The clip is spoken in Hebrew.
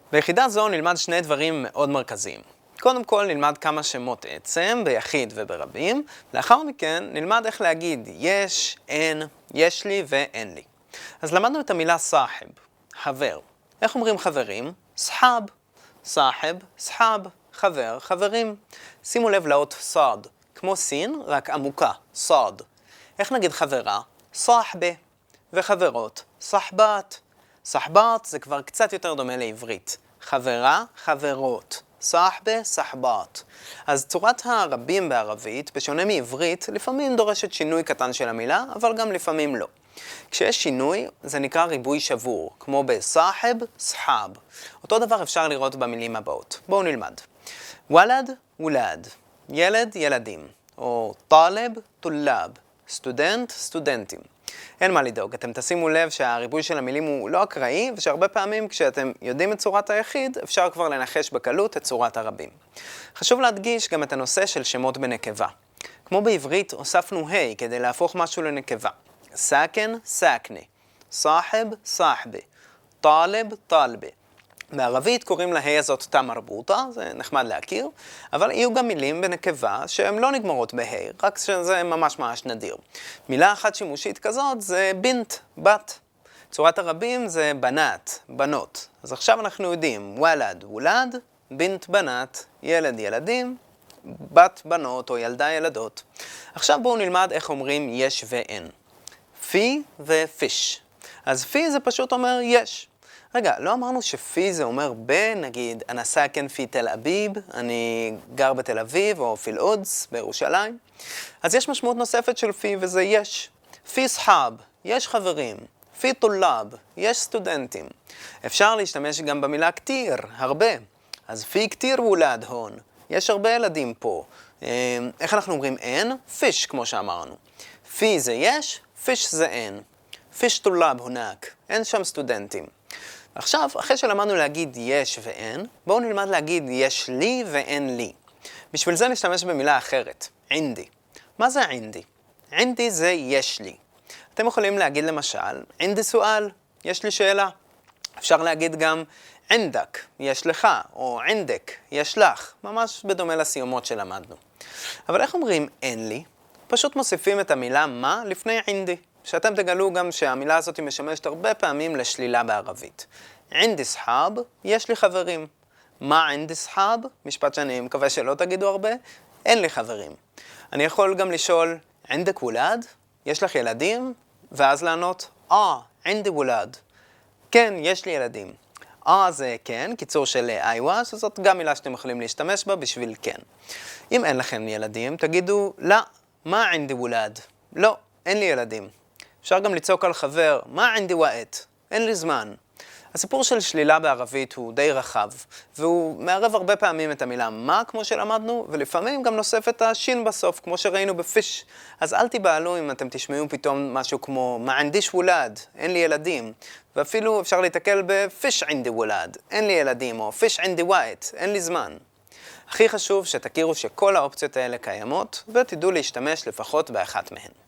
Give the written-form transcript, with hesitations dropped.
ביחידה זו נלמד שני דברים מאוד מרכזיים. קודם כל נלמד כמה שמות עצם ביחיד וברבים, לאחר מכן נלמד איך להגיד יש, אין, יש לי ואין לי. אז למדנו את המילה סאחב, חבר. איך אומרים חברים? סחאב. סאחב, סחאב, חבר, חברים. שימו לב לאות סאד, כמו סין, רק עמוקה, סאד. איך נגיד חברה? סחבה. וחברות, סחבת. סחבת זה כבר קצת יותר דומה לעברית. חברה, חברות. סחבה, סחבת. אז צורת הרבים בערבית, בשונה מעברית, לפעמים דורשת שינוי קטן של המילה, אבל גם לפעמים לא. כשיש שינוי, זה נקרא ריבוי שבור, כמו בסחב, סחב. אותו דבר אפשר לראות במילים הבאות. בואו נלמד. ולד, ולד. ילד, ילדים. או טלב, טולב. סטודנט, סטודנטים. אין מה לדאוג, אתם תשימו לב שהריבוי של המילים הוא לא אקראי, ושהרבה פעמים כשאתם יודעים את צורת היחיד, אפשר כבר לנחש בקלות את צורת הרבים. חשוב להדגיש גם את הנושא של שמות בנקבה. כמו בעברית, הוספנו ה' כדי להפוך משהו לנקבה. סאקן, סאקנה. סאחב, סאחבה. טלב, טלבה. בערבית קוראים לה' הזאת תא מרבוטה, זה נחמד להכיר, אבל יהיו גם מילים בנקבה שהן לא נגמרות בה', רק שזה ממש נדיר. מילה אחת שימושית כזאת זה בינט, בת. צורת הרבים זה בנת, בנות. אז עכשיו אנחנו יודעים, ולד, ולד, בינט, בנת, ילד, ילדים, בת, בנות או ילדה, ילדות. עכשיו בואו נלמד איך אומרים יש ואין. פי ופיש. אז פי זה פשוט אומר יש. רגע, לא אמרנו שפי זה אומר נגיד, אני סאקן פי תל אביב, אני גר בתל אביב, או פיל אודס, בירושלים. אז יש משמעות נוספת של פי, וזה יש. פי סחאב, יש חברים. פי טולב, יש סטודנטים. אפשר להשתמש גם במילה כתיר, הרבה. אז פי כתיר וולד הון. יש הרבה ילדים פה. איך אנחנו אומרים אין? פיש, כמו שאמרנו. פי זה יש, פיש זה אין. פיש טולב הונק, אין שם סטודנטים. עכשיו, אחרי שלמדנו להגיד יש ואין, בואו נלמד להגיד יש לי ואין לי. בשביל זה נשתמש במילה אחרת, עינדי. מה זה עינדי? עינדי זה יש לי. אתם יכולים להגיד למשל, עינדי סואל, יש לי שאלה. אפשר להגיד גם עינדק, יש לך, או עינדק, יש לך, ממש בדומה לסיומות שלמדנו. אבל איך אומרים אין לי? פשוט מוסיפים את המילה מה לפני עינדי. שאתם תגלו גם שהמילה הזאת משמשת הרבה פעמים לשלילה בערבית. עינדי סחאב, יש לי חברים. מה עינדי סחאב? משפט שאני מקווה שלא תגידו הרבה. אין לי חברים. אני יכול גם לשאול, עינדק וולד? יש לך ילדים? ואז לענות, עינדי וולד. כן, יש לי ילדים. זה כן, קיצור של איווה, שזאת גם מילה שאתם יכולים להשתמש בה בשביל כן. אם אין לכם ילדים, תגידו, לא, מה עינדי וולד? לא, אין לי ילדים. אפשר גם לצעוק על חבר, מה עינדי ועת? אין לי זמן. הסיפור של שלילה בערבית הוא די רחב, והוא מערב הרבה פעמים את המילה מה, כמו שלמדנו, ולפעמים גם נוסף את השין בסוף, כמו שראינו בפיש. אז אל תיבהלו אם אתם תשמעו פתאום משהו כמו מה עינדיש וולד, אין לי ילדים. ואפילו אפשר להתקל בפיש עינדי וולד, אין לי ילדים, או פיש עינדי ועת, אין לי זמן. הכי חשוב שתכירו שכל האופציות האלה קיימות, ותדעו להשתמש לפחות באחת מהן.